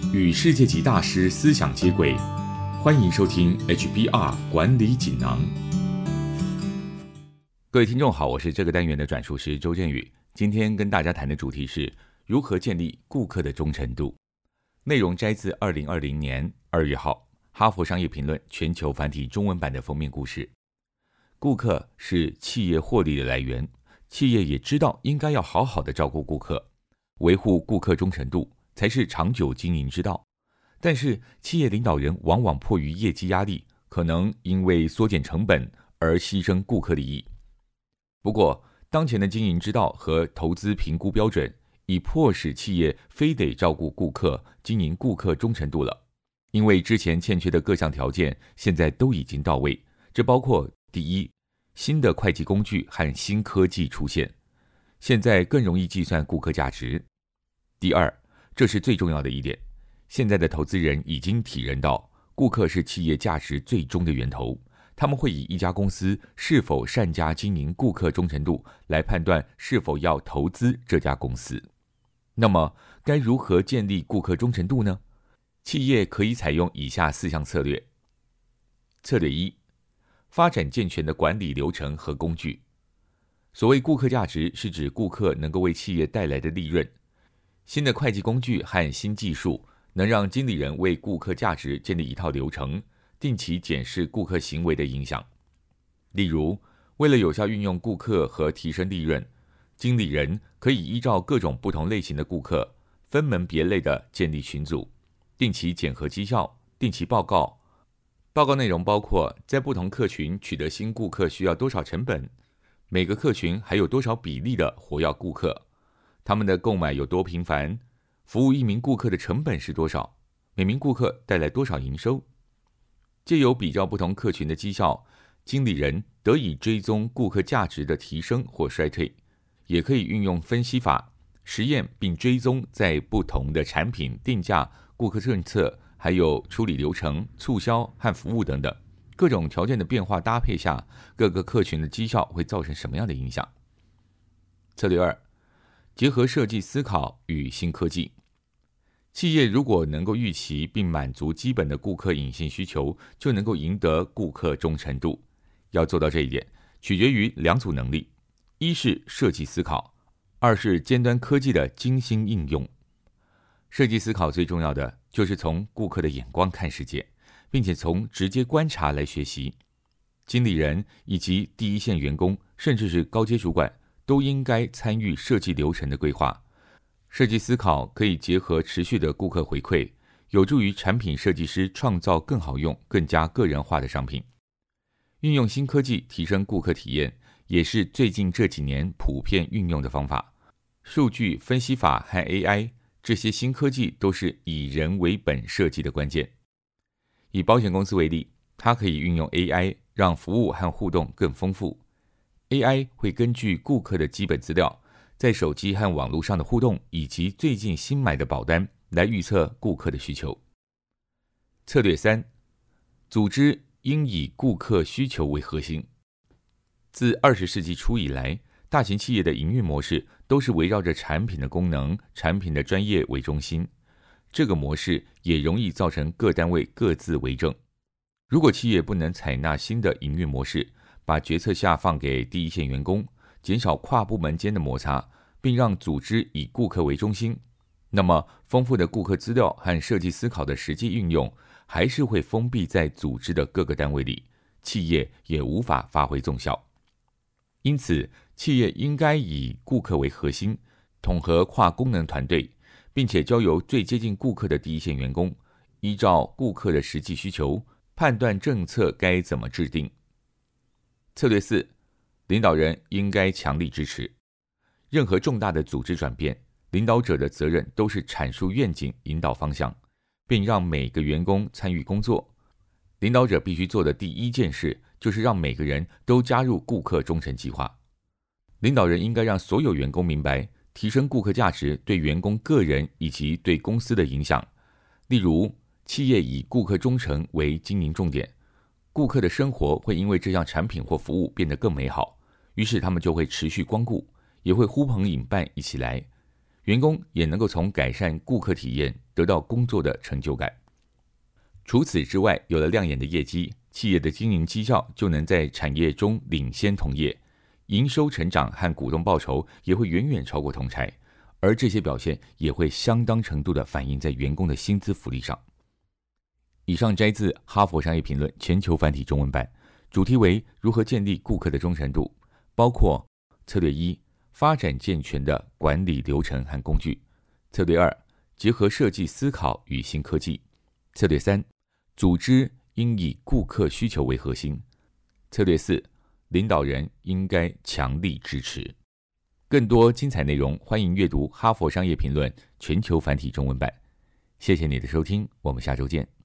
与世界级大师思想接轨，欢迎收听 HBR 管理锦囊。 各位听众好，我是这个单元的转述师周振宇。今天跟大家谈的主题是如何建立顾客的忠诚度。内容摘自2020年2月号哈佛商业评论全球繁体中文版的封面故事。顾客是企业获利的来源，企业也知道应该要好好的照顾顾客，维护顾客忠诚度才是长久经营之道。但是企业领导人往往迫于业绩压力，可能因为缩减成本而牺牲顾客利益。不过当前的经营之道和投资评估标准已迫使企业非得照顾顾客，经营顾客忠诚度了。因为之前欠缺的各项条件现在都已经到位，这包括第一，新的会计工具和新科技出现，现在更容易计算顾客价值。第二，这是最重要的一点，现在的投资人已经体认到顾客是企业价值最终的源头，他们会以一家公司是否善加经营顾客忠诚度来判断是否要投资这家公司。那么该如何建立顾客忠诚度呢？企业可以采用以下4项策略。策略1，发展健全的管理流程和工具。所谓顾客价值，是指顾客能够为企业带来的利润。新的会计工具和新技术能让经理人为顾客价值建立一套流程，定期检视顾客行为的影响。例如，为了有效运用顾客和提升利润，经理人可以依照各种不同类型的顾客，分门别类地建立群组，定期检核绩效，定期报告。报告内容包括在不同客群取得新顾客需要多少成本，每个客群还有多少比例的活跃顾客，他们的购买有多频繁，服务一名顾客的成本是多少，每名顾客带来多少营收。藉由比较不同客群的绩效，经理人得以追踪顾客价值的提升或衰退，也可以运用分析法实验并追踪在不同的产品定价、顾客政策还有处理流程、促销和服务等等各种条件的变化搭配下，各个客群的绩效会造成什么样的影响。策略2，结合设计思考与新科技。企业如果能够预期并满足基本的顾客隐性需求，就能够赢得顾客忠诚度。要做到这一点，取决于2组能力：一是设计思考，二是尖端科技的精心应用。设计思考最重要的就是从顾客的眼光看世界，并且从直接观察来学习。经理人以及第一线员工，甚至是高阶主管，都应该参与设计流程的规划。设计思考可以结合持续的顾客回馈，有助于产品设计师创造更好用、更加个人化的商品。运用新科技提升顾客体验，也是最近这几年普遍运用的方法。数据分析法和 AI 这些新科技都是以人为本设计的关键。以保险公司为例，它可以运用 AI 让服务和互动更丰富。AI 会根据顾客的基本资料，在手机和网络上的互动以及最近新买的保单来预测顾客的需求。策略3，组织应以顾客需求为核心。自20世纪初以来，大型企业的营运模式都是围绕着产品的功能、产品的专业为中心。这个模式也容易造成各单位各自为政。如果企业不能采纳新的营运模式，把决策下放给第一线员工，减少跨部门间的摩擦，并让组织以顾客为中心，那么丰富的顾客资料和设计思考的实际运用还是会封闭在组织的各个单位里，企业也无法发挥纵效。因此，企业应该以顾客为核心，统合跨功能团队，并且交由最接近顾客的第一线员工，依照顾客的实际需求，判断政策该怎么制定。策略4，领导人应该强力支持。任何重大的组织转变，领导者的责任都是阐述愿景、引导方向，并让每个员工参与工作。领导者必须做的第一件事，就是让每个人都加入顾客忠诚计划。领导人应该让所有员工明白，提升顾客价值对员工个人以及对公司的影响。例如，企业以顾客忠诚为经营重点，顾客的生活会因为这项产品或服务变得更美好，于是他们就会持续光顾，也会呼朋引伴一起来。员工也能够从改善顾客体验得到工作的成就感。除此之外，有了亮眼的业绩，企业的经营绩效就能在产业中领先同业，营收成长和股东报酬也会远远超过同侪，而这些表现也会相当程度地反映在员工的薪资福利上。以上摘自《哈佛商业评论》全球繁体中文版，主题为如何建立顾客的忠诚度，包括策略1，发展健全的管理流程和工具；策略2，结合设计思考与新科技；策略3，组织应以顾客需求为核心；策略4，领导人应该强力支持。更多精彩内容，欢迎阅读《哈佛商业评论》全球繁体中文版。谢谢你的收听，我们下周见。